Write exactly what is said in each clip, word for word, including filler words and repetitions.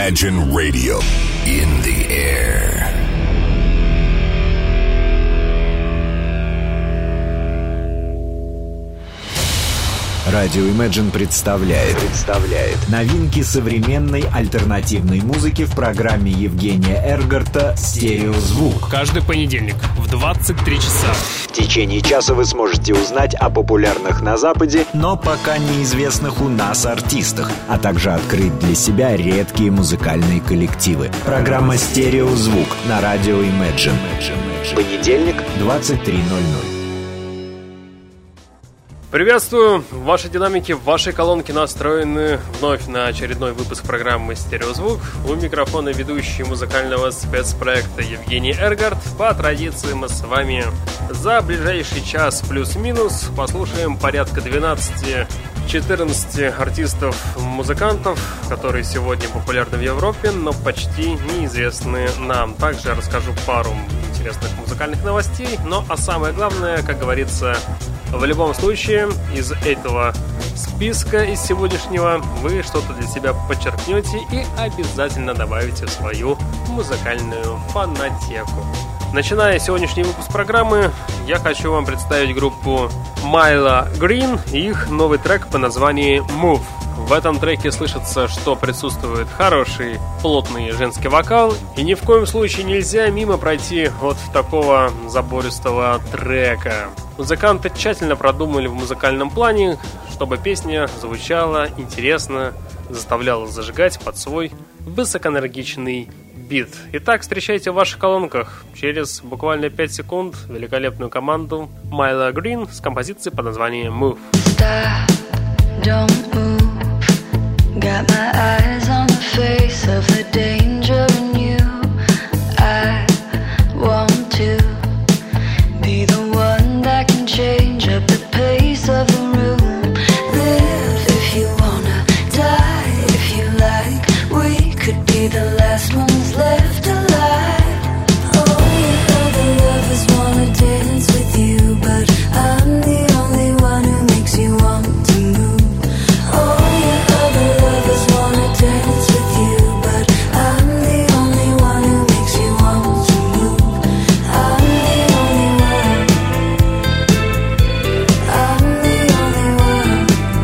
Imagine Radio in the air. Радио Imagine представляет, представляет новинки современной альтернативной музыки в программе Евгения Эргарта «Стереозвук». Каждый понедельник в двадцать три часа. В течение часа вы сможете узнать о популярных на Западе, но пока неизвестных у нас артистах, а также открыть для себя редкие музыкальные коллективы. Программа «Стереозвук» на радио Imagine. Понедельник, двадцать три ноль ноль. Приветствую! Ваши динамики в вашей колонке настроены вновь на очередной выпуск программы «Стереозвук». У микрофона ведущий музыкального спецпроекта Евгений Эргарт. По традиции мы с вами за ближайший час плюс-минус послушаем порядка двенадцати-четырнадцати артистов-музыкантов, которые сегодня популярны в Европе, но почти неизвестны нам. Также я расскажу пару интересных музыкальных новостей, но а самое главное, как говорится, в любом случае, из этого списка, из сегодняшнего, вы что-то для себя подчеркнете и обязательно добавите в свою музыкальную фонотеку. Начиная сегодняшний выпуск программы, я хочу вам представить группу Myla Green и их новый трек по названию Move. В этом треке слышится, что присутствует хороший, плотный женский вокал, и ни в коем случае нельзя мимо пройти от такого забористого трека. Музыканты тщательно продумали в музыкальном плане, чтобы песня звучала интересно, заставляла зажигать под свой высокоэнергичный бит. Итак, встречайте в ваших колонках через буквально пять секунд великолепную команду Myla Green с композицией под названием Move. Got my eyes on the face of the danger in you. I want to be the one that can change up the pace of the room. Live if you wanna, die if you like. We could be the last ones left alive. All your other lovers wanna dance with you, but I'm the only one who makes you want to move. All your other lovers wanna dance with you, but I'm the only one who makes you want to move. I'm the only one. I'm the only one.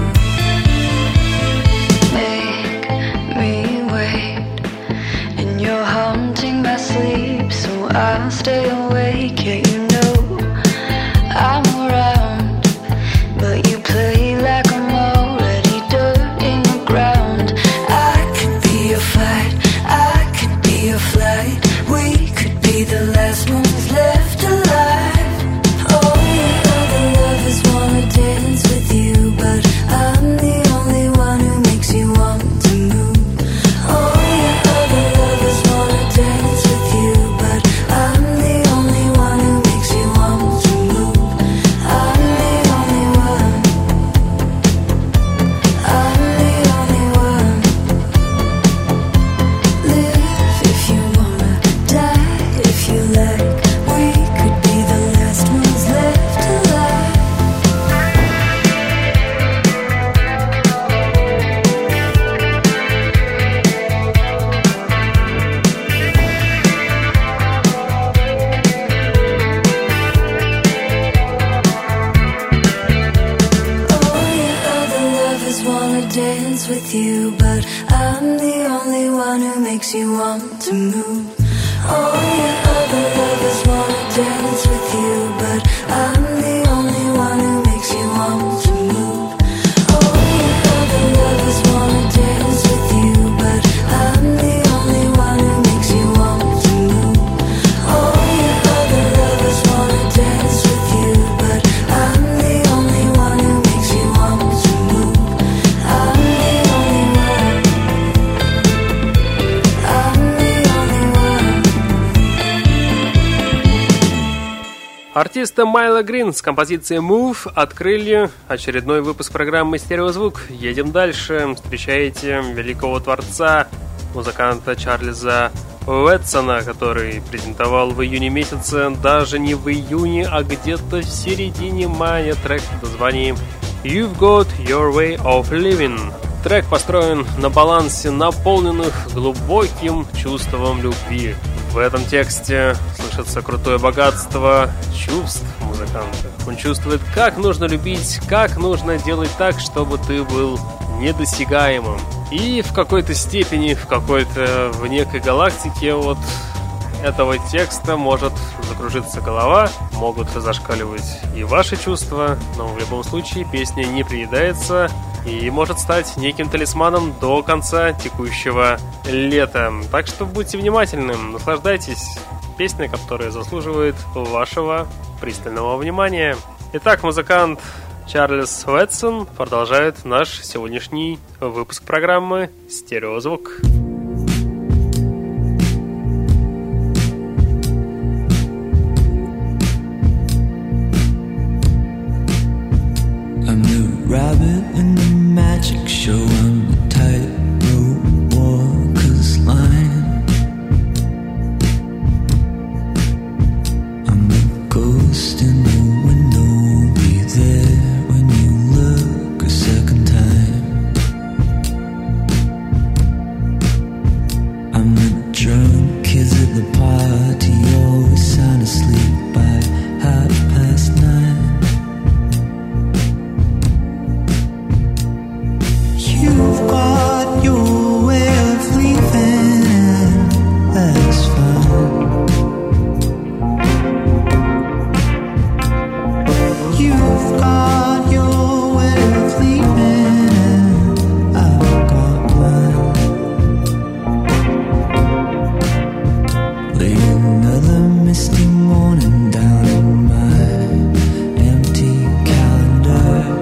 Make me wait, and you're haunting my sleep, so I'll stay awake. Yeah, you know I'm around, but you play like I'm already dirt in the ground. I could be your fight, I could be your flight. We could be the last ones left alive. All your other lovers wanna dance with you, but I'm the only one who makes you want to move. All your other lovers wanna dance with you, but I'm the only one who makes you want to move. I'm the only one. I'm the only one. Live if you wanna, die if you like. We could be the last ones left alive. All your other lovers wanna dance with you, but I'm the only one who makes you want to move. All your other lovers wanna dance with you, but I'm the only one who makes you want to move. All your other lovers wanna dance with you, but I'm the only one who makes you want to move. All your other lovers wanna dance with you, but I'm the only one who makes you want to move. I'm the only one. I'm the only one. Артисты Myla Green с композицией Move открыли очередной выпуск программы «Стереозвук». Едем дальше. Встречаете великого творца, музыканта Чарльза Уэтсона, который презентовал в июне месяце, даже не в июне, а где-то в середине мая, трек под названием «You've Got Your Way of Living». Трек построен на балансе наполненных глубоким чувством любви. В этом тексте слышится крутое богатство чувств музыканта. Он чувствует, как нужно любить, как нужно делать так, чтобы ты был недосягаемым. И в какой-то степени, в какой-то, в некой галактике от этого текста может закружиться голова, могут зашкаливать и ваши чувства, но в любом случае песня не приедается и может стать неким талисманом до конца текущего лета. Так что будьте внимательны, наслаждайтесь. Песня, которая заслуживает вашего пристального внимания. Итак, музыкант Чарльз Уэтсон продолжает наш сегодняшний выпуск программы «Стереозвук». Rabbit in the magic show, I'm the tightrope walker's line. I'm the ghost in the window, won't be there when you look a second time. I'm the drunk kids at the party, always sound asleep by half past nine. You've got your way of leaving, that's fine. You've got your way of leaving, I've got mine. Late another misty morning down in my empty calendar.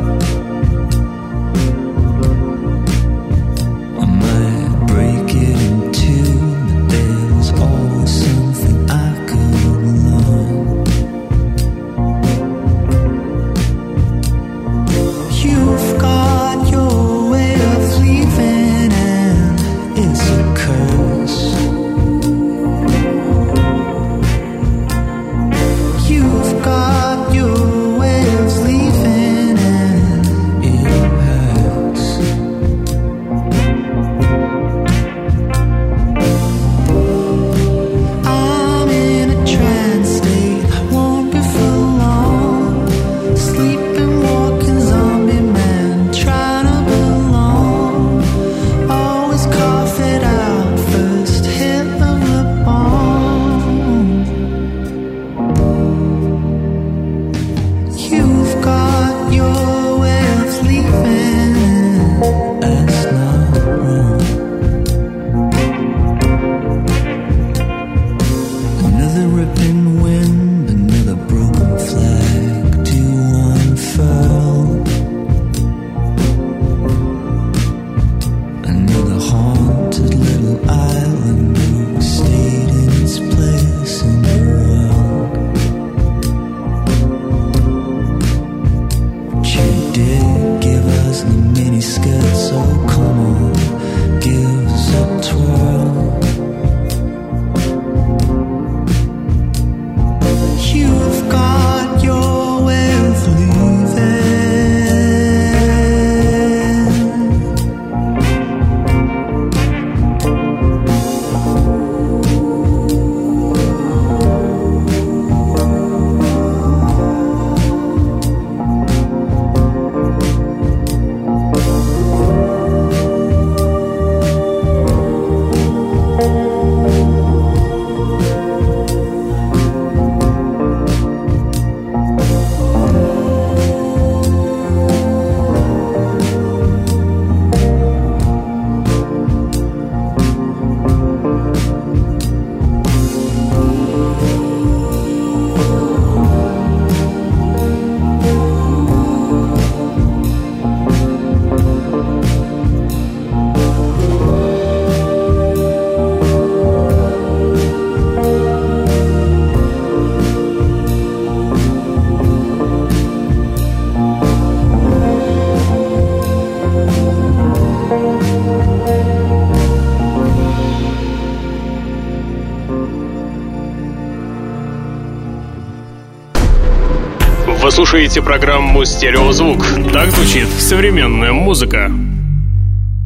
Вы слушаете программу «Стереозвук». Так звучит современная музыка.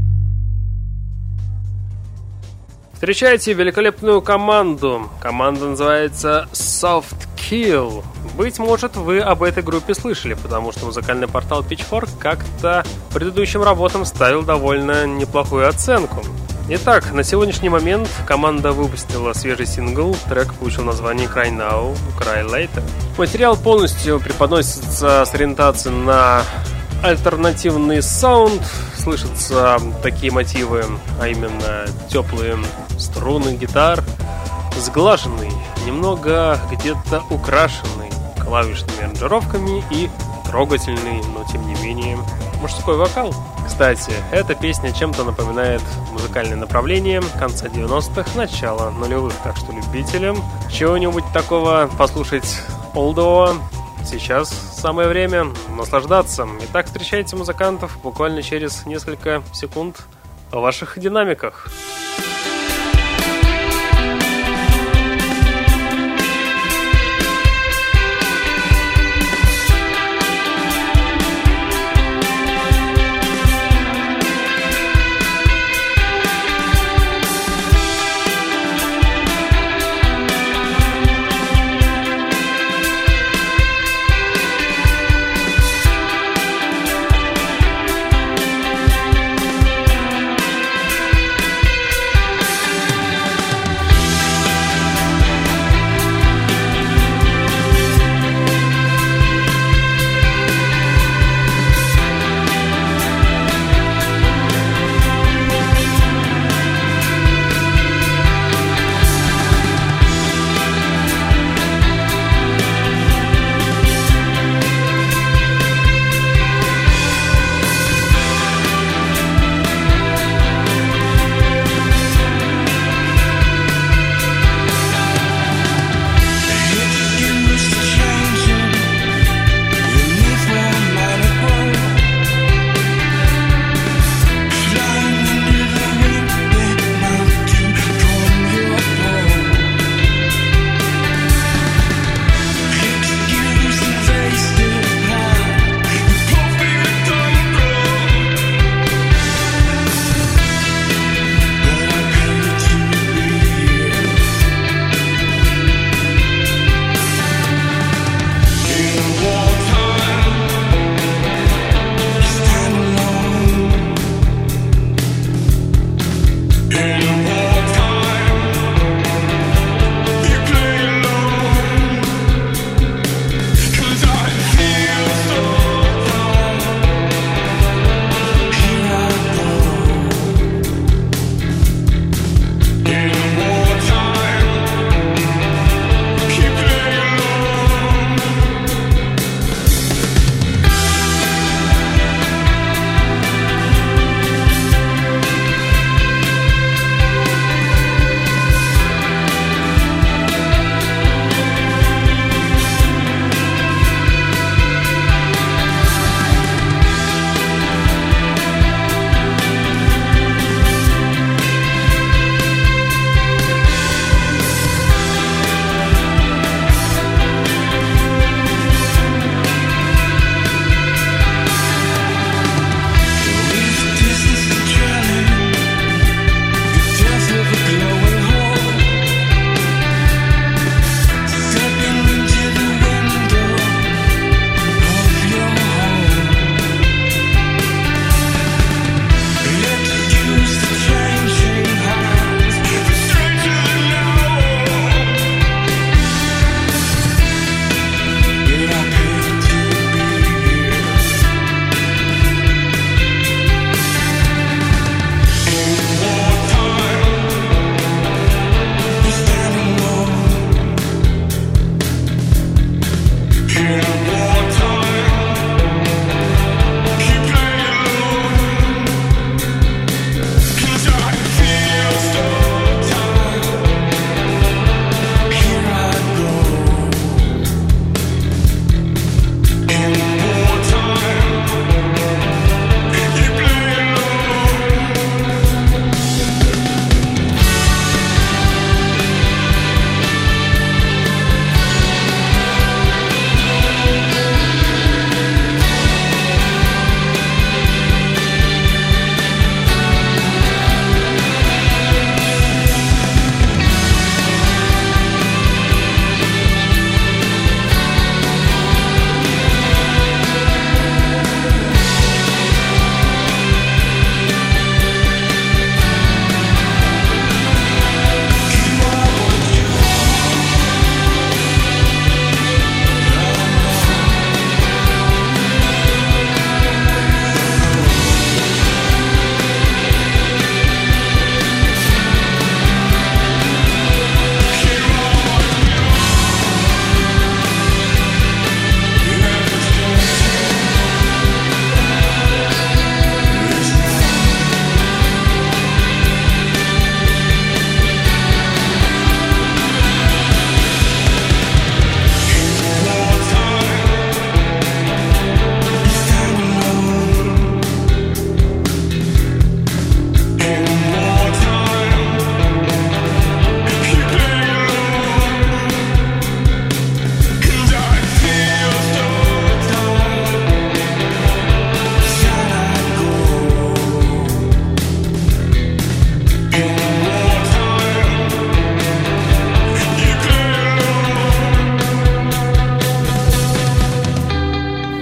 Встречайте великолепную команду. Команда называется Soft Kill. Быть может, вы об этой группе слышали, потому что музыкальный портал Pitchfork как-то предыдущим работам ставил довольно неплохую оценку. Итак, на сегодняшний момент команда выпустила свежий сингл, трек получил название Cry Now, Cry Later. Материал полностью преподносится с ориентацией на альтернативный саунд, слышатся такие мотивы, а именно теплые струны гитар, сглаженный, немного где-то украшенный клавишными аранжировками и трогательный, но тем не менее мужской вокал. Кстати, эта песня чем-то напоминает музыкальное направление конца девяностых, начала нулевых, так что любителям чего-нибудь такого послушать олдового сейчас самое время наслаждаться. Итак, встречайте музыкантов буквально через несколько секунд в ваших динамиках.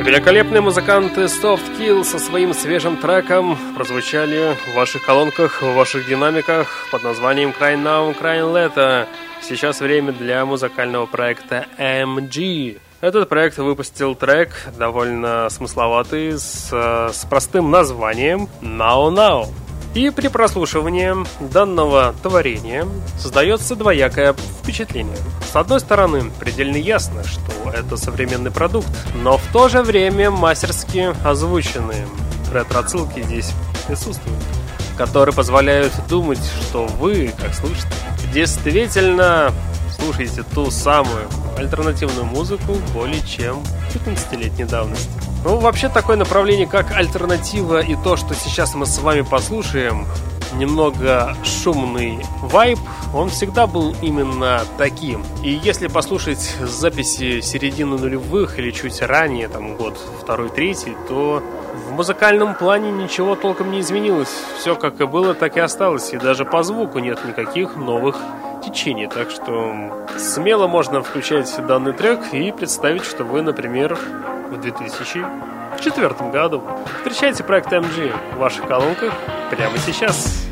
Великолепные музыканты Soft Kill со своим свежим треком прозвучали в ваших колонках, в ваших динамиках под названием Crying Now, Crying Later. Сейчас время для музыкального проекта эм джи. Этот проект выпустил трек довольно смысловатый, с, с простым названием Now Now. И при прослушивании данного творения создается двоякое впечатление. С одной стороны, предельно ясно, что это современный продукт, но в то же время мастерски озвученные ретро-отсылки здесь присутствуют, которые позволяют думать, что вы, как слушатель, действительно слушаете ту самую альтернативную музыку более чем пятнадцатилетней давности. Ну, вообще, такое направление, как альтернатива, и то, что сейчас мы с вами послушаем, немного шумный вайб, он всегда был именно таким. И если послушать записи середины нулевых или чуть ранее, там год второй, третий, то в музыкальном плане ничего толком не изменилось. Все как и было, так и осталось. И даже по звуку нет никаких новых течений. Так что смело можно включать данный трек и представить, что вы, например, в две тысячи четвёртом году. Встречайте проект эм джи в ваших колонках прямо сейчас.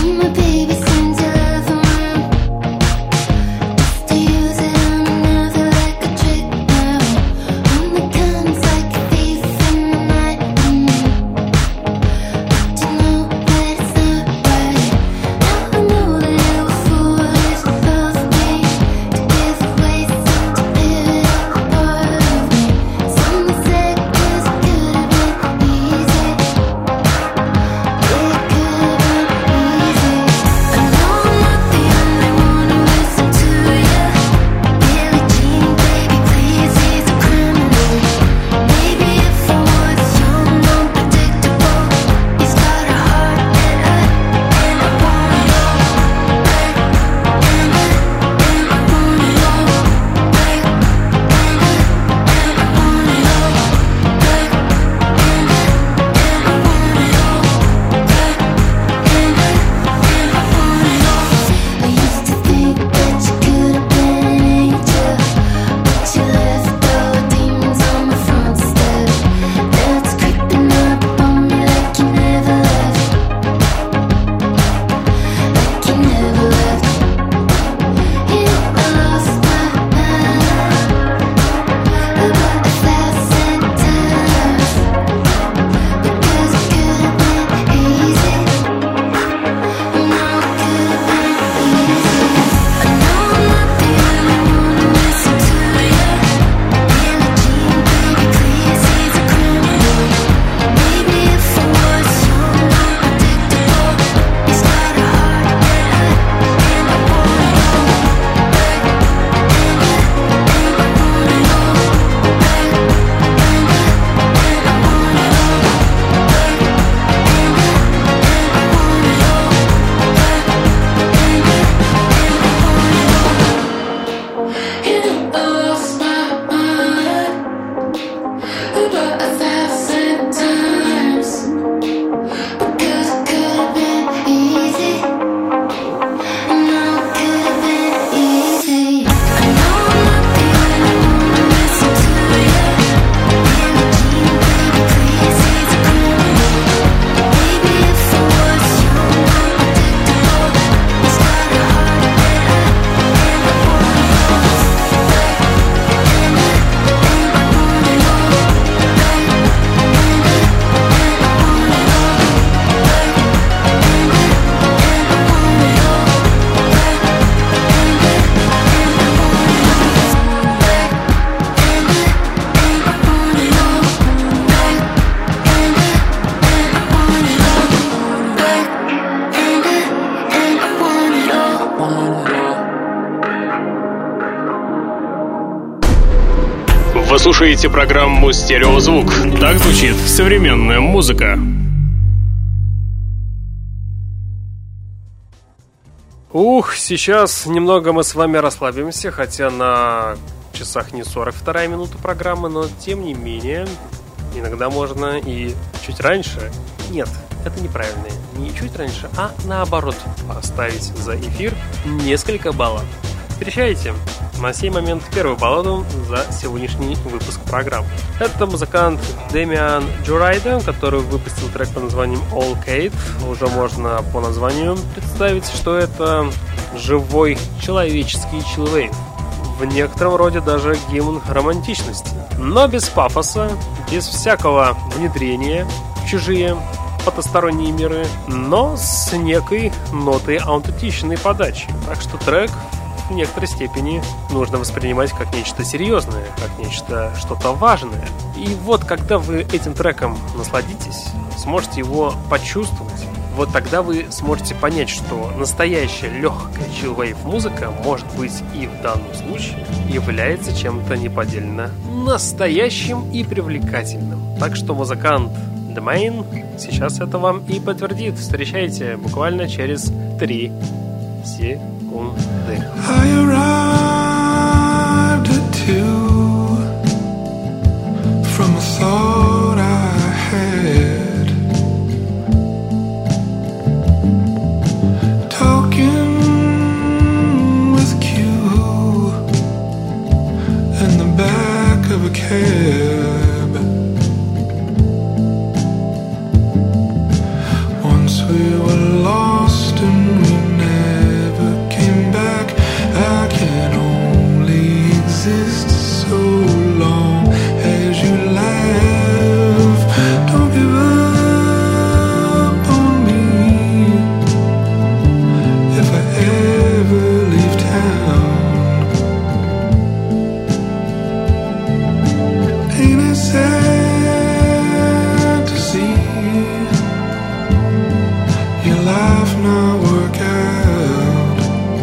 Вы слушаете программу «Стереозвук». Так звучит современная музыка. Ух, сейчас немного мы с вами расслабимся, хотя на часах не сорок вторая минута программы, но тем не менее, иногда можно и чуть раньше. Нет, это неправильно. Не чуть раньше, а наоборот, поставить за эфир несколько баллов. Встречайте, на сей момент первую балладу за сегодняшний выпуск программы. Это музыкант Демиан Джурайда, который выпустил трек под названием All Cave. Уже можно по названию представить, что это живой человеческий чиллвейв. В некотором роде даже гимн романтичности. Но без пафоса, без всякого внедрения в чужие потусторонние миры, но с некой нотой аутентичной подачи. Так что трек в некоторой степени нужно воспринимать как нечто серьезное, как нечто что-то важное. И вот когда вы этим треком насладитесь, сможете его почувствовать, вот тогда вы сможете понять, что настоящая легкая чиллвейв музыка, может быть, и в данном случае является чем-то неподдельно настоящим и привлекательным. Так что музыкант The Main сейчас это вам и подтвердит. Встречайте буквально через три секунды. I arrived at two from a thought I had, talking with Q in the back of a cab. We were lost and we never came back. I can only exist so long as you laugh. Don't give up on me if I ever leave town. Ain't it sad to see life not work out?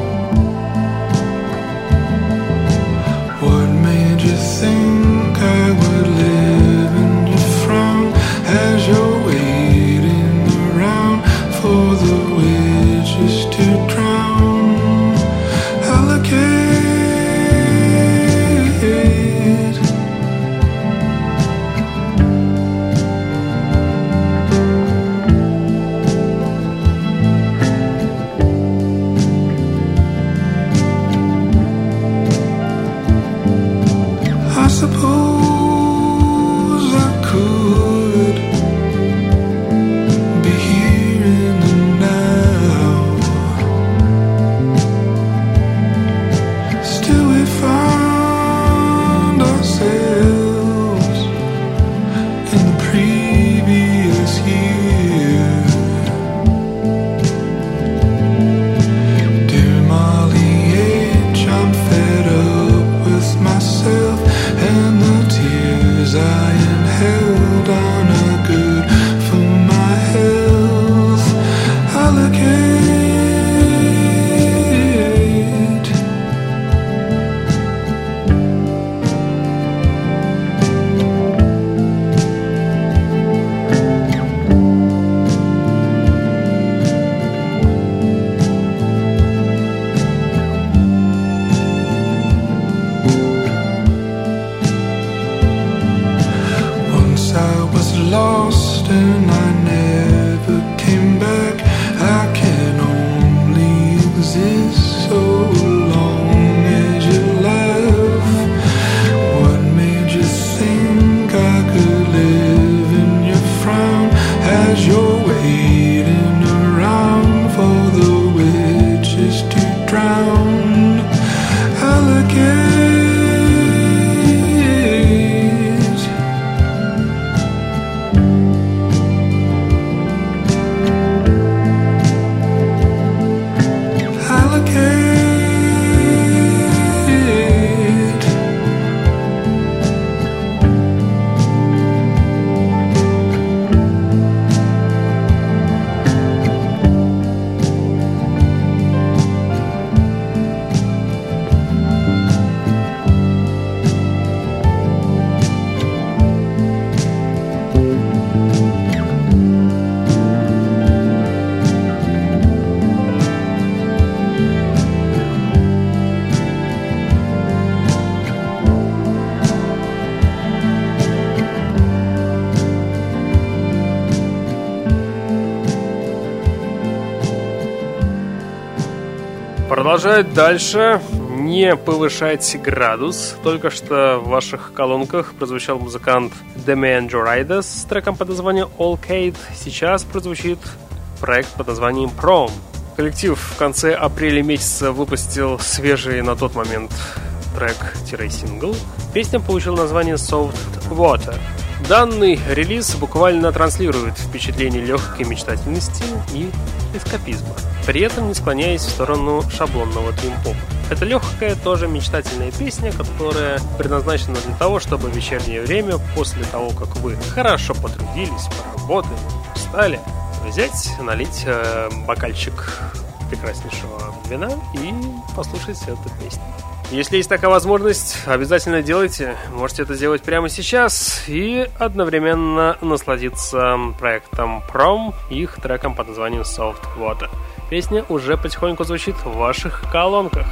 What made you think I would live in your frown as you're waiting around for the witches to drown? Allocate. I suppose I could be here in the now. Still we found ourselves in the previous year. Dear Molly H, I'm fed up with myself and the tears I inhaled are not good for my health. Allocate. I was lost and I never came back. I can only exist so long as you laugh. What made you think I could live in your frown as you're waiting around for the witches to drown? Allocate. Продолжает дальше не повышать градус. Только что в ваших колонках прозвучал музыкант Demian Jouridas с треком под названием All Kate. Сейчас прозвучит проект под названием Prom. Коллектив в конце апреля месяца выпустил свежий на тот момент трек-сингл. Песня получила название Soft Water. Данный релиз буквально транслирует впечатление легкой мечтательности и эскапизма, при этом не склоняясь в сторону шаблонного трим-попа. Это легкая, тоже мечтательная песня, которая предназначена для того, чтобы в вечернее время, после того, как вы хорошо потрудились, поработали, устали, взять, налить э, бокальчик прекраснейшего вина и послушать эту песню. Если есть такая возможность, обязательно делайте. Можете это сделать прямо сейчас и одновременно насладиться проектом Prom и их треком под названием Soft Water. Песня уже потихоньку звучит в ваших колонках.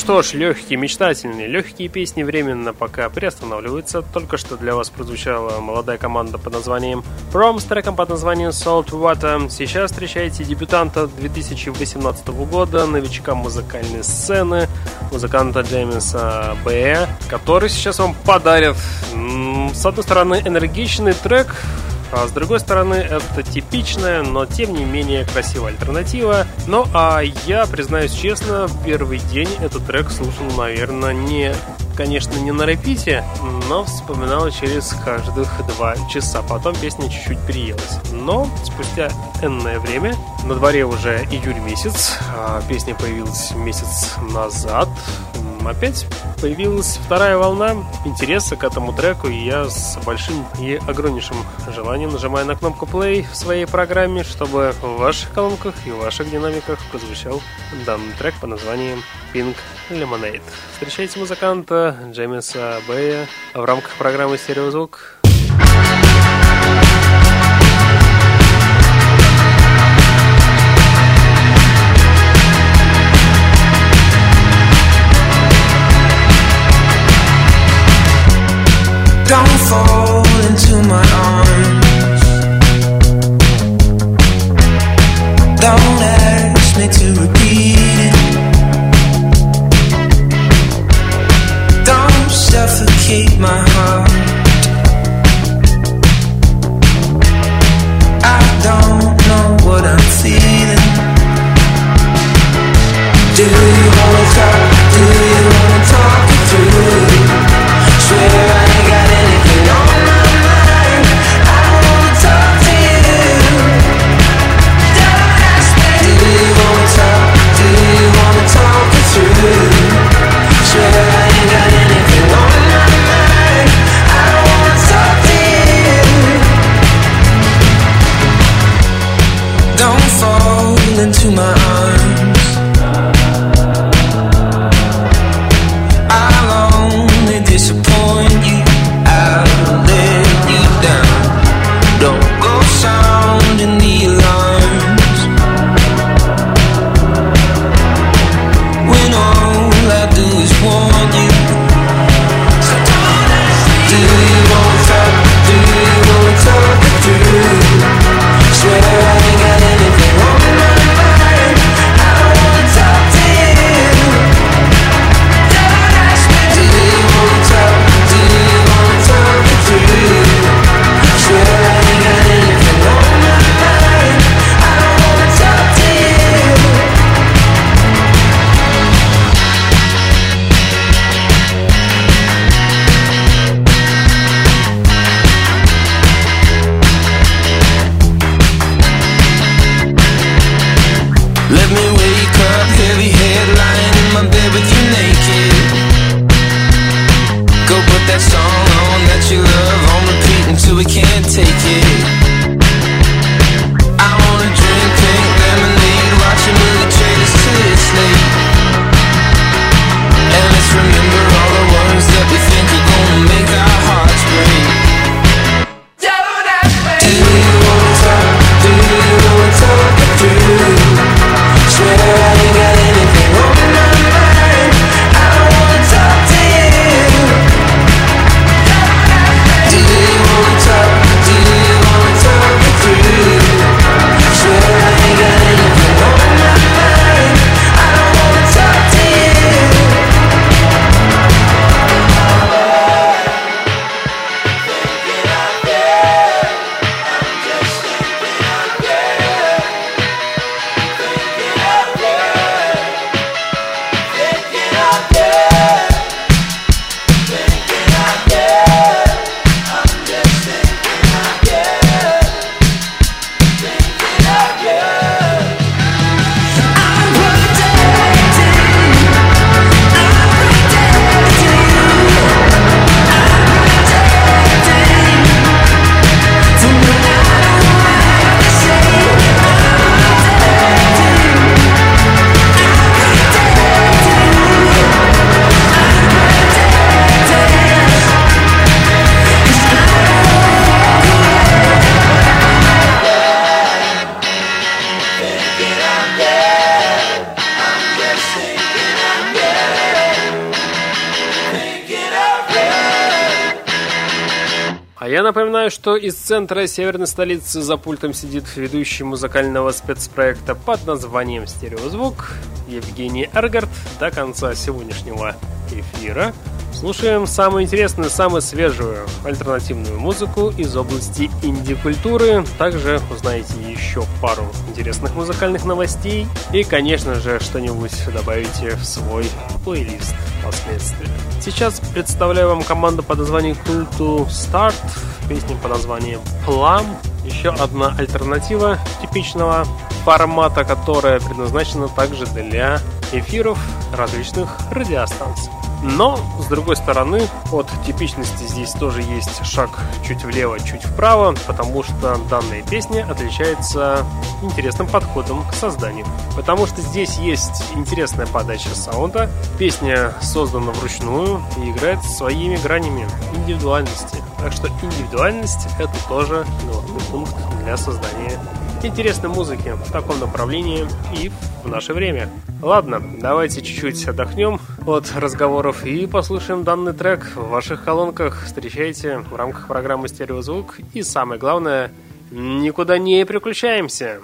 что ж, легкие, мечтательные, легкие песни временно пока приостанавливаются. Только что для вас прозвучала молодая команда под названием Prom с треком под названием Salt Water. Сейчас встречаете дебютанта две тысячи восемнадцатого года, новичка музыкальной сцены, музыканта Джеймса Бэя, который сейчас вам подарит, с одной стороны, энергичный трек, а с другой стороны, это типичная, но тем не менее красивая альтернатива. Ну а я, признаюсь честно, в первый день этот трек слушал, наверное, не, конечно, не на репите, но вспоминал через каждых два часа. Потом песня чуть-чуть приелась. Но спустя энное время, на дворе уже июль месяц, а песня появилась месяц назад, опять появилась вторая волна интереса к этому треку, и я с большим и огромнейшим желанием нажимаю на кнопку play в своей программе, чтобы в ваших колонках и в ваших динамиках прозвучал данный трек под названием Pink Lemonade. Встречайте музыканта Джеймса Бэя в рамках программы «Стереозвук». Don't fall into my arms. Don't ask me to repeat it. Don't suffocate my heart. I don't know what I'm feeling. Do you wanna talk? Do you wanna talk it through? Swear I ain't got anything on my mind. I wanna talk to you. Don't ask me. Do you wanna talk? Do you wanna talk it through? Swear I ain't got anything on my mind. I wanna talk to you. Don't fall into my arms. I'll only disappoint you. I'll let you down. Don't go sounding the alarms when all I do is warn you. So don't ask me. Do you wanna talk? Do you wanna talk it through? Swear I ain't got anything on my mind. I wanna talk to you. Don't ask me. Do you wanna talk? Do you wanna talk it through? Swear I ain't got anything on my mind. I wanna talk to you. Let me wake up, heavy head lying in my bed with you naked. Go put that song on that you love on repeat until we can't take it. I wanna drink pink lemonade, watch a movie trailers till it's late. And let's remember all the ones that we think are gonna make our hearts break. Don't ask me. Do you wanna talk? Do you wanna talk it through? Swear I ain't got anything on my mind. I wanna talk to you. Do you wanna talk? Do you А я напоминаю, что из центра северной столицы за пультом сидит ведущий музыкального спецпроекта под названием «Стереозвук» Евгений Эргард. До конца сегодняшнего эфира слушаем самую интересную, самую свежую альтернативную музыку из области инди-культуры. Также узнаете еще пару интересных музыкальных новостей и, конечно же, что-нибудь добавите в свой плейлист впоследствии. Сейчас представляю вам команду под названием Cool to Start, песня под названием Plum. Еще одна альтернатива типичного формата, которая предназначена также для эфиров различных радиостанций. Но, с другой стороны, от типичности здесь тоже есть шаг чуть влево, чуть вправо, потому что данная песня отличается интересным подходом к созданию. Потому что здесь есть интересная подача саунда, песня создана вручную и играет своими гранями индивидуальности. Так что индивидуальность — это тоже главный пункт для создания интересной музыки в таком направлении и в наше время. Ладно, давайте чуть-чуть отдохнем от разговоров и послушаем данный трек в ваших колонках. Встречайте в рамках программы «Стереозвук». И самое главное, никуда не переключаемся.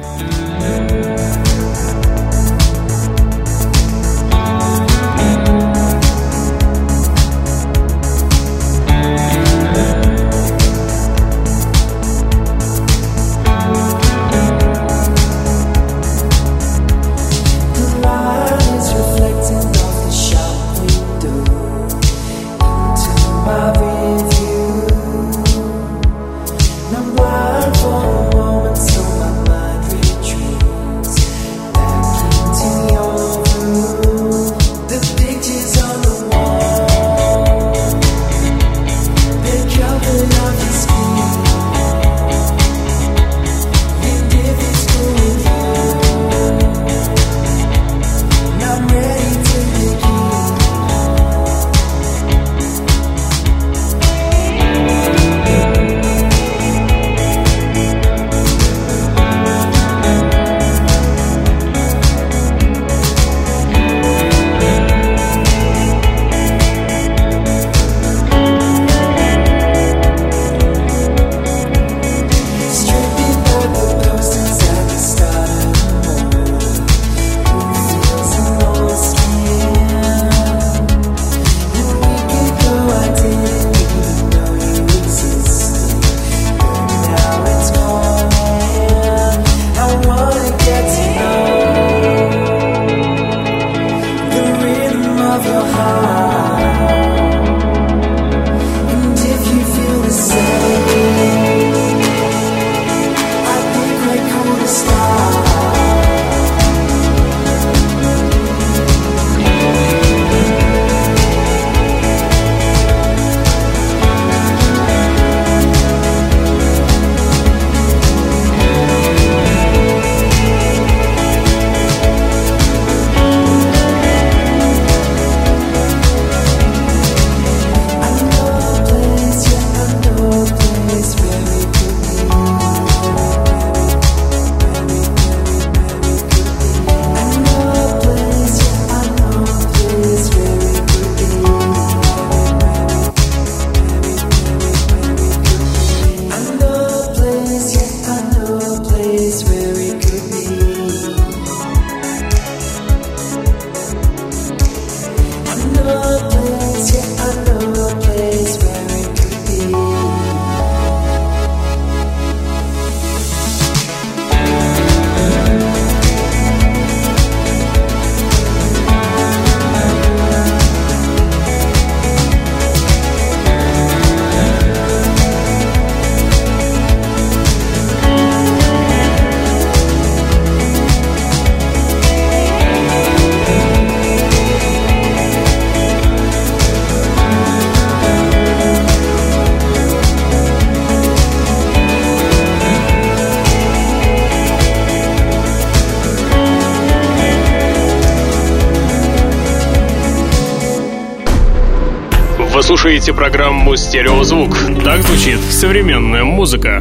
Вы слушаете программу «Стереозвук». Так звучит современная музыка.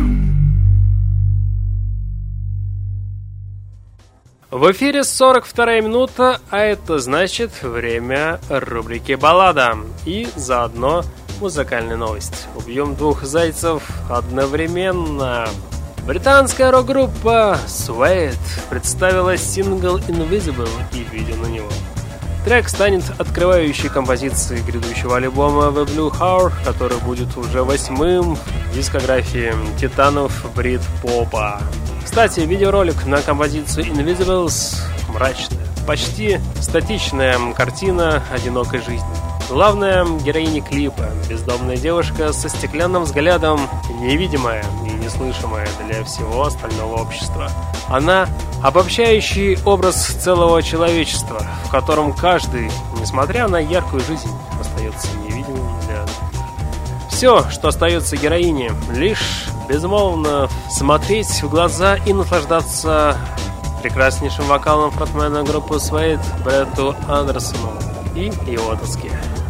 В эфире сорок вторая минута, а это значит время рубрики «Баллада». И заодно Музыкальная новость. Убьем двух зайцев одновременно. Британская рок-группа Suede представила сингл Invisible и видео на него. Трек станет открывающей композицией грядущего альбома The Blue Hour, который будет уже восьмым в дискографии титанов брит-попа. Кстати, видеоролик на композицию Invisibles мрачная, почти статичная картина одинокой жизни. Главная героиня клипа – бездомная девушка со стеклянным взглядом, невидимая и неслышимая для всего остального общества. Она – обобщающий образ целого человечества, в котором каждый, несмотря на яркую жизнь, остается невидимым для других. Все, что остается героине, лишь безмолвно смотреть в глаза и наслаждаться прекраснейшим вокалом фронтмена группы Suede Бретту Андерсону и его тоске.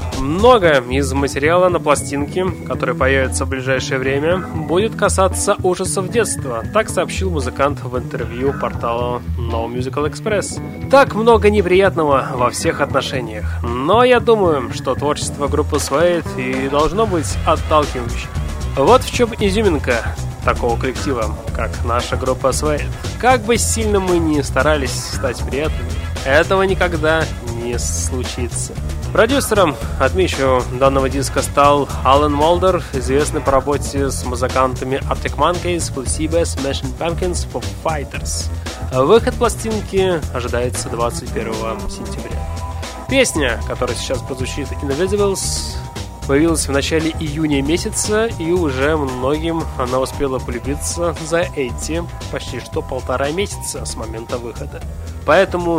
Много из материала на пластинке, который появится в ближайшее время, будет касаться ужасов детства, так сообщил музыкант в интервью порталу No Musical Express. Так много неприятного во всех отношениях, но я думаю, что творчество группы Suede и должно быть отталкивающим. Вот в чем изюминка такого коллектива, как наша группа Suede. Как бы сильно мы ни старались стать приятными, этого никогда не случится. Продюсером, отмечу, данного диска стал Алан Молдер, известный по работе с музыкантами Arctic Monkeys, Placebo, Smashing Pumpkins, Foo Fighters. Выход пластинки ожидается двадцать первого сентября. Песня, которая сейчас прозвучит, Invisibles, появилась в начале июня месяца, и уже многим она успела полюбиться за эти почти что полтора месяца с момента выхода. Поэтому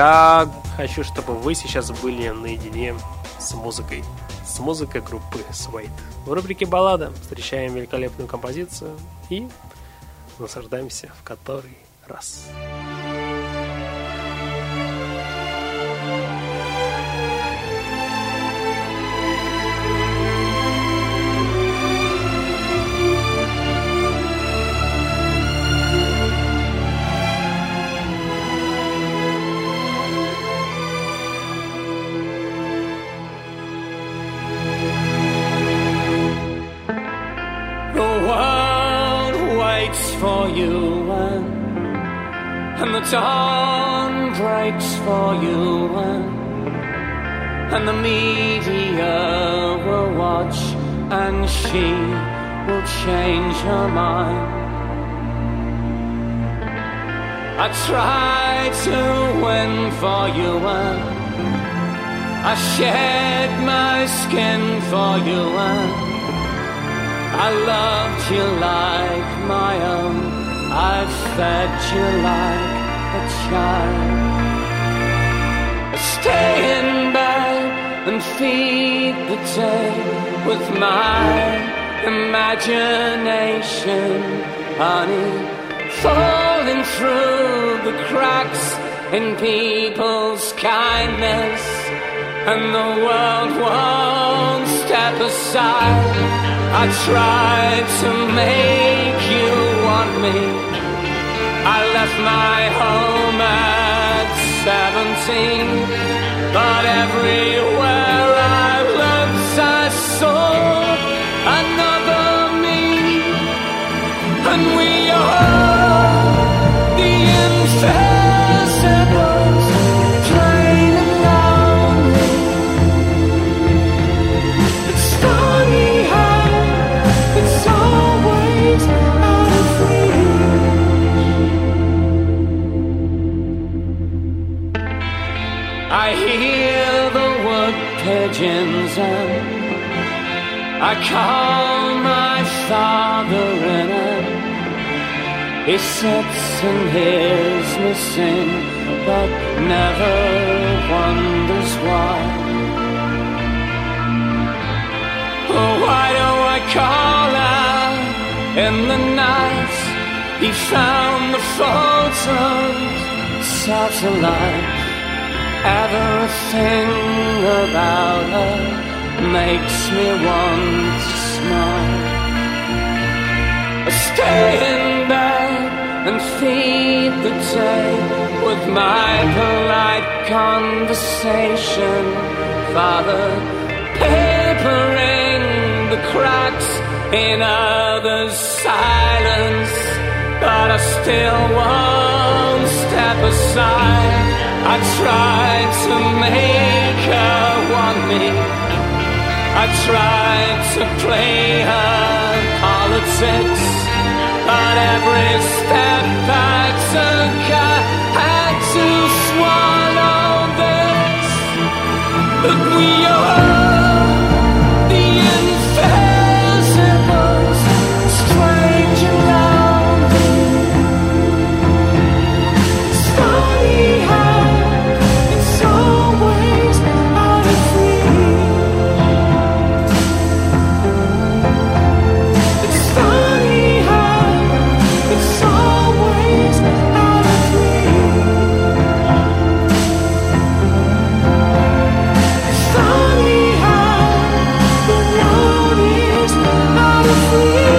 я хочу, чтобы вы сейчас были наедине с музыкой, с музыкой группы Suede. В рубрике «Баллада» встречаем великолепную композицию и наслаждаемся в который раз. For you and, and the dawn breaks for you and, and the media will watch and she will change her mind. I tried to win for you and I shed my skin for you and I loved you like my own. I fed you like a child. I stay in bed and feed the day with my imagination, honey, falling through the cracks in people's kindness, and the world won't step aside. I tried to make you want me. I left my home at seventeen, but everywhere I looked I saw another me, and we are the invisibles, plain and lonely. It's funny how it's always out of reach. I hear the wood pigeons and I call my father in and he sits and hears me sing, but never wonders why. Oh, why do I call out in the night? He found the photos, satellite. Everything about her makes me want to smile. I stay in bed and feed the day with my polite conversation. Father, paper rings cracks in others' silence, but I still won't step aside. I tried to make her want me, I tried to play her politics, but every step I took I had to swallow this, that we are the invisibles, strange around me. It's funny how it's always out of reach. It's funny how it's always out of reach. It's funny how the road is out of reach.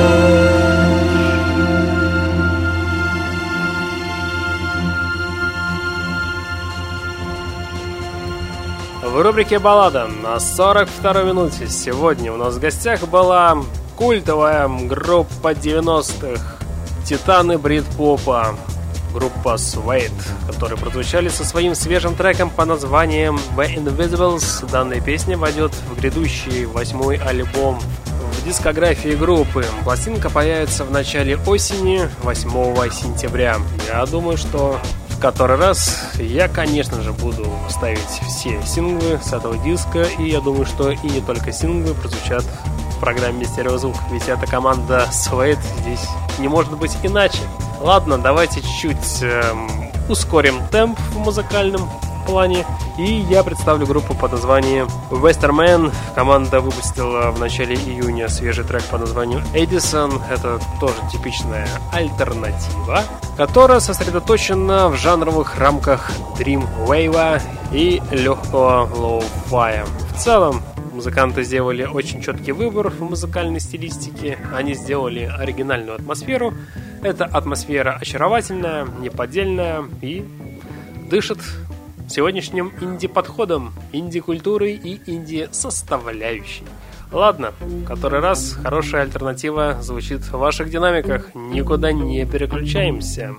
В рубрике «Баллада» на сорок второй минуте сегодня у нас в гостях была культовая группа девяностых, титаны брит-попа, группа Suede, которые прозвучали со своим свежим треком под названием The Invisibles. Данная песня войдет в грядущий восьмой альбом в дискографии группы. Пластинка появится в начале осени, восьмого сентября. Я думаю, что в который раз я, конечно же, буду ставить все синглы с этого диска, и я думаю, что и не только синглы прозвучат в программе «Стереозвук», ведь эта команда Suede, здесь не может быть иначе. Ладно, давайте чуть-чуть эм, ускорим темп в музыкальном плане, и я представлю группу под названием Westerman. Команда выпустила в начале июня свежий трек под названием Edison. Это тоже типичная альтернатива, которая сосредоточена в жанровых рамках Dream Wave и легкого лоу-фая. В целом, музыканты сделали очень четкий выбор в музыкальной стилистике. Они сделали оригинальную атмосферу. Эта атмосфера очаровательная, неподдельная и дышит сегодняшним инди-подходом, инди-культурой и инди-составляющей. Ладно, который раз хорошая альтернатива звучит в ваших динамиках. Никуда не переключаемся.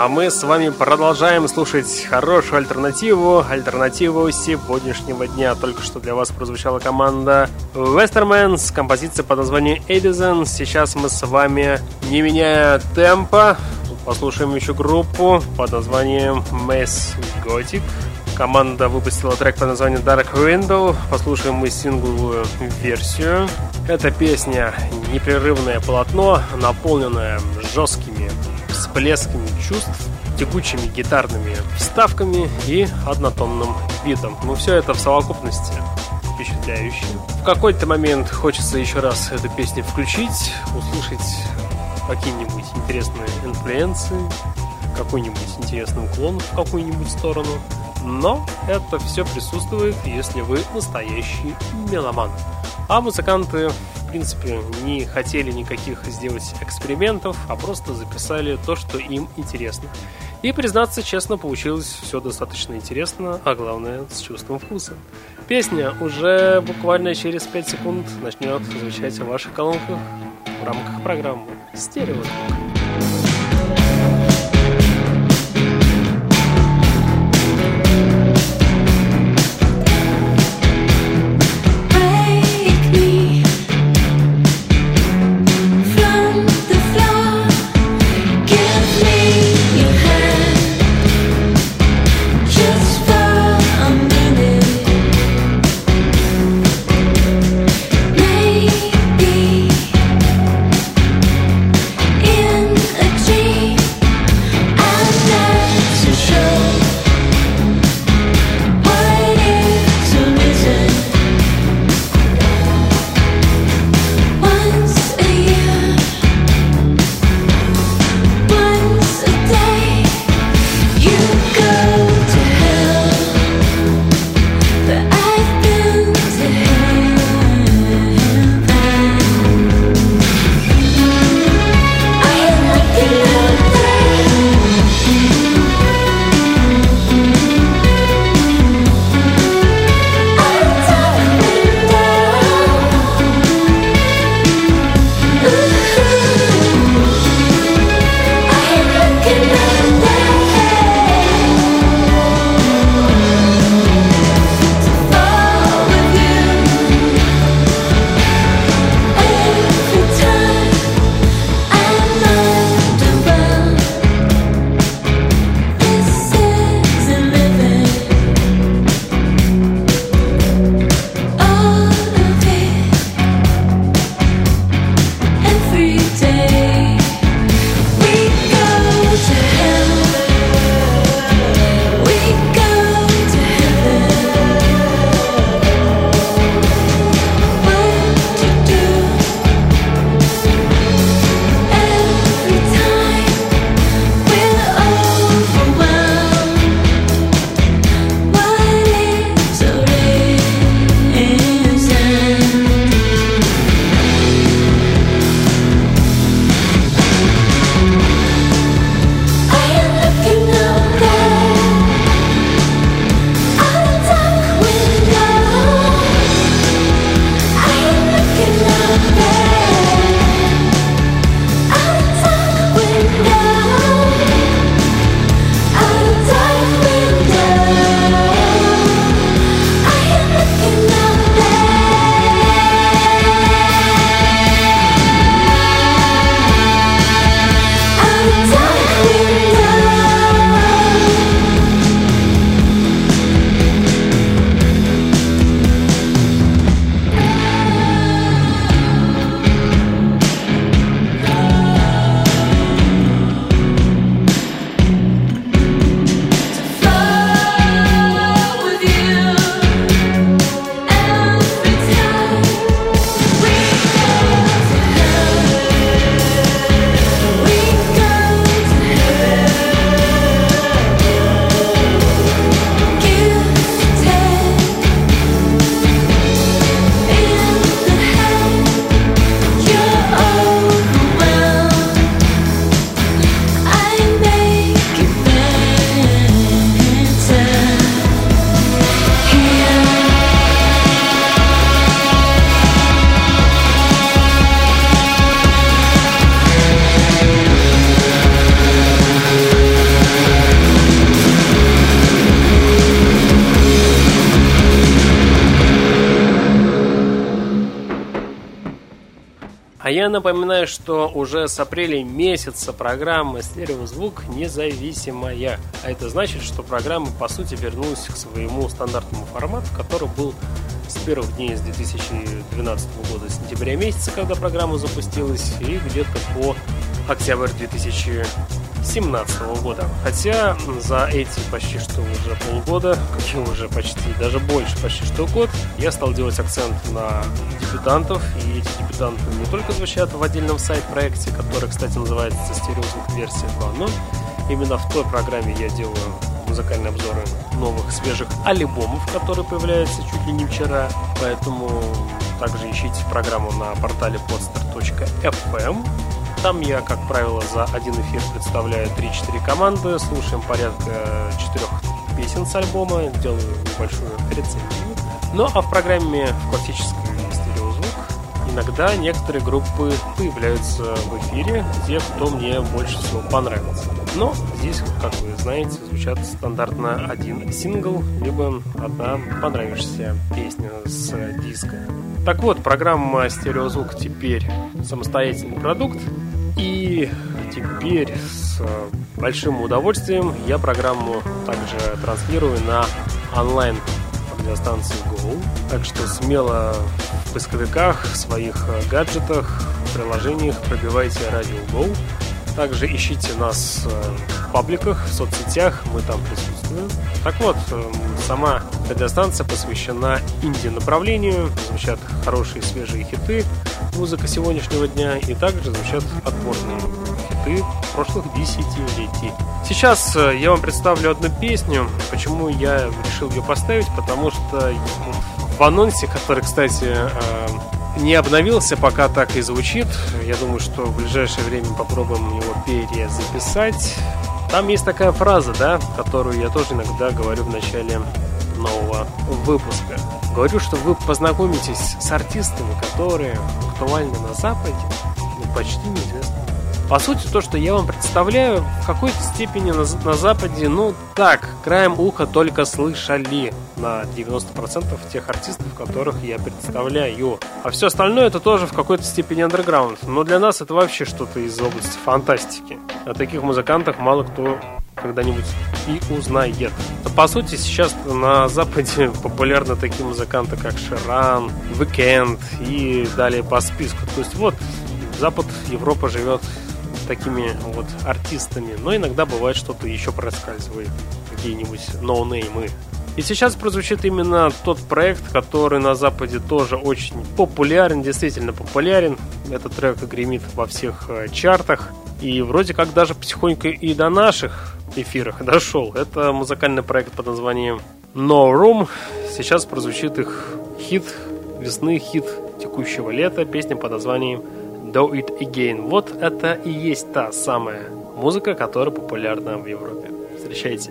А мы с вами продолжаем слушать хорошую альтернативу. Альтернативу сегодняшнего дня. Только что для вас прозвучала команда Westerman с композицией под названием Edison. Сейчас мы с вами, не меняя темпа, послушаем еще группу под названием Mass Gothic. Команда выпустила трек под названием Dark Window. Послушаем мы сингловую версию. Эта песня — непрерывное полотно, наполненное жесткими всплесками чувств, тягучими гитарными вставками и однотонным битом. Но все это в совокупности впечатляюще. В какой-то момент хочется еще раз эту песню включить, услышать какие-нибудь интересные инфлюенции, какой-нибудь интересный уклон в какую-нибудь сторону. Но это все присутствует, если вы настоящий меломан. А музыканты, в принципе, не хотели никаких сделать экспериментов, а просто записали то, что им интересно. И, признаться честно, получилось все достаточно интересно, а главное, с чувством вкуса. Песня уже буквально через пять секунд начнет звучать в ваших колонках в рамках программы «Стереозвук». In А я напоминаю, что уже с апреля месяца программа «Стереозвук» независимая. А это значит, что программа, по сути, вернулась к своему стандартному формату, который был с первых дней с две тысячи двенадцатого года, с сентября месяца, когда программа запустилась, и где-то по октябрь две тысячи семнадцатого года. Хотя за эти почти что уже полгода, какие уже почти, даже больше, почти что год, я стал делать акцент на дебютантов, и эти дебютанты не только звучат в отдельном сайт-проекте, который, кстати, называется «Стереозвук версия два», но именно в той программе я делаю музыкальные обзоры новых, свежих альбомов, которые появляются чуть ли не вчера, поэтому также ищите программу на портале podster точка эф эм. Там я, как правило, за один эфир представляю три-четыре команды, слушаем порядка четырех песен с альбома, делаю небольшую рецензию. Ну а в программе в классической «Стереозвук» иногда некоторые группы появляются в эфире, те, кто мне больше всего понравился. Но здесь, как вы знаете, звучат стандартно один сингл, либо одна понравившаяся песня с диска. Так вот, программа «Стереозвук» теперь самостоятельный продукт. И теперь с большим удовольствием я программу также транслирую на онлайн радиостанции Go. Так что смело в поисковиках, в своих гаджетах, приложениях пробивайте радио Go. Также ищите нас в пабликах, в соцсетях, мы там присутствуем. Так вот, сама радиостанция посвящена инди-направлению, звучат хорошие свежие хиты, музыка сегодняшнего дня, и также звучат отборные хиты прошлых десятилетий. Сейчас я вам представлю одну песню. Почему я решил ее поставить? Потому что в анонсе, который, кстати, не обновился, пока так и звучит, я думаю, что в ближайшее время попробуем его перезаписать. Там есть такая фраза, да, которую я тоже иногда говорю в начале нового выпуска. Говорю, что вы познакомитесь с артистами, которые актуальны на Западе, но почти неизвестны. По сути, то, что я вам представляю, в какой-то степени на, на Западе, ну так, краем уха только слышали на девяносто процентов тех артистов, которых я представляю. А все остальное это тоже в какой-то степени андерграунд. Но для нас это вообще что-то из области фантастики. О таких музыкантах мало кто когда-нибудь и узнает. По сути, сейчас на Западе популярны такие музыканты, как Ширан, Weekend и далее по списку. То есть вот, Запад, Европа живет такими вот артистами, но иногда бывает что-то еще проскальзывает, какие-нибудь ноунеймы. И сейчас прозвучит именно тот проект, который на Западе тоже очень популярен, действительно популярен. Этот трек гремит во всех чартах и вроде как даже потихоньку и до наших эфирах дошел. Это музыкальный проект под названием No Room. Сейчас прозвучит их хит весны, хит текущего лета, песня под названием Do It Again. Вот это и есть та самая музыка, которая популярна в Европе. Встречайте.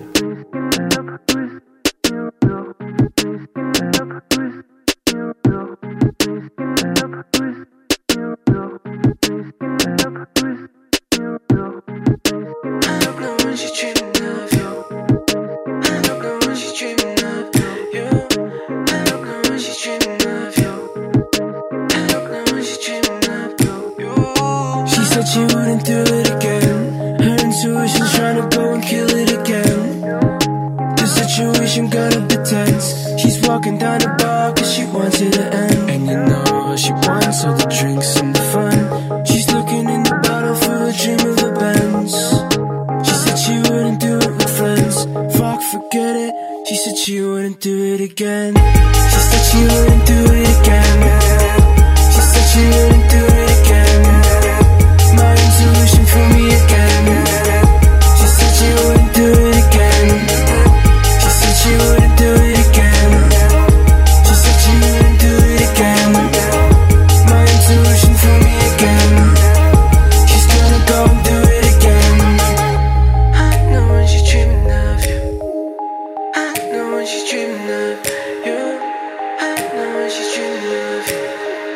She wouldn't do it again. Her intuition's trying to go and kill it again. The situation got a bit tense. She's walking down the bar cause she wants it to end. And you know what she wants, all the drinks and the fun. She's looking in the bottle for a dream of a Benz. She said she wouldn't do it with friends. Fuck, forget it. She said she wouldn't do it again. She said she wouldn't do it again. She said she wouldn't do it again. My intuition for me again. She said she wouldn't do it again. She said she wouldn't do it again. She said she wouldn't do it again. My intuition for me again. She's gonna go and do it again. I know when she's dreaming of you. I know when she's dreaming of you. I know when she's dreaming of you.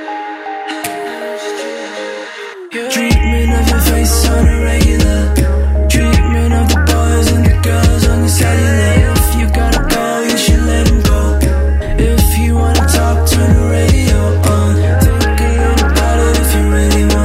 Treatment of your face on a regular. Treatment of the boys and the girls on the cellular. If you gotta go, you should let him go. If you wanna talk, turn the radio on. Take a little bottle if you really want.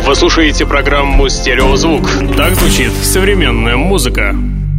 Вы слушаете программу «Стереозвук». Так звучит современная музыка.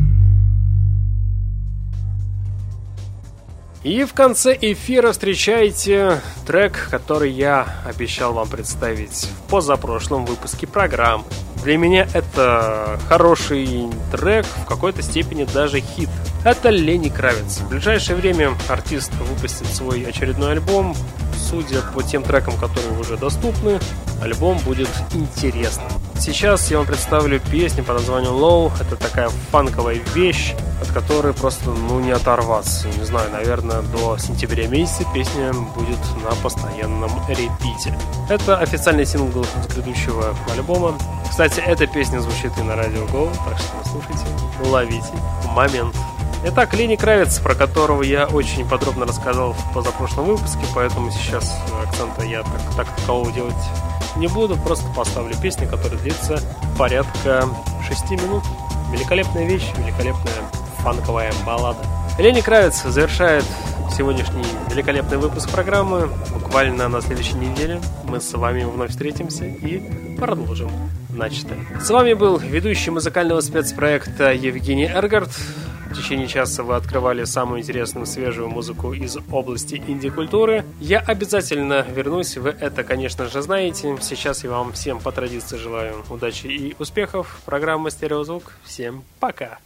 И в конце эфира встречайте трек, который я обещал вам представить в позапрошлом выпуске программы. Для меня это хороший трек, в какой-то степени даже хит. Это Ленни Кравиц. В ближайшее время артист выпустит свой очередной альбом. Судя по тем трекам, которые уже доступны, альбом будет интересным. Сейчас я вам представлю песню под названием Low. Это такая фанковая вещь, от которой просто ну не оторваться. Не знаю, наверное, до сентября месяца песня будет на постоянном репите. Это официальный сингл с грядущего альбома. Кстати, эта песня звучит и на Радио Go, так что слушайте, ловите момент. Итак, Ленни Кравиц, про которого я очень подробно рассказал в позапрошлом выпуске, поэтому сейчас акцента я так, так такового делать не буду, просто поставлю песню, которая длится порядка шести минут. Великолепная вещь, великолепная фанковая баллада. Ленни Кравиц завершает сегодняшний великолепный выпуск программы. Буквально на следующей неделе мы с вами вновь встретимся и продолжим начатое. С вами был ведущий музыкального спецпроекта Евгений Эргард. В течение часа вы открывали самую интересную свежую музыку из области инди-культуры. Я обязательно вернусь, вы это, конечно же, знаете. Сейчас я вам всем по традиции желаю удачи и успехов. Программа «Стереозвук». Всем пока!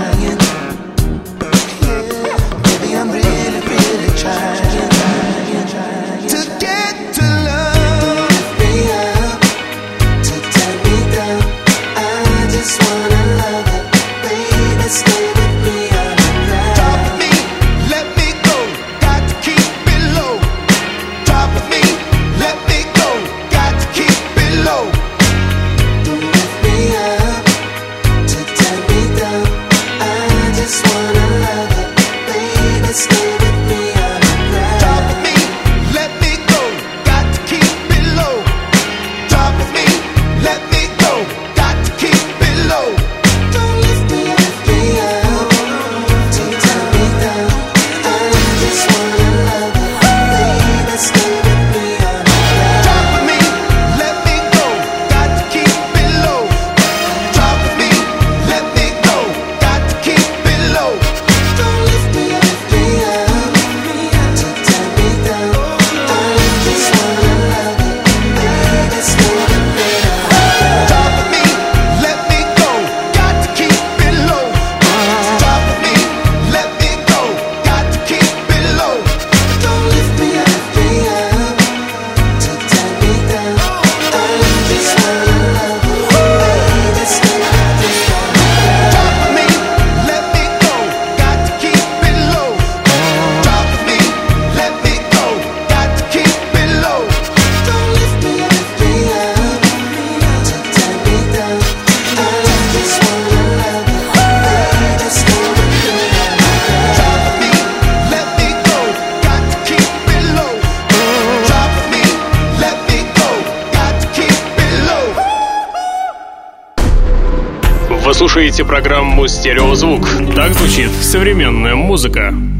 Lying. Baby, I'm really, really trying. Вы слушаете программу «Стереозвук». Так звучит современная музыка.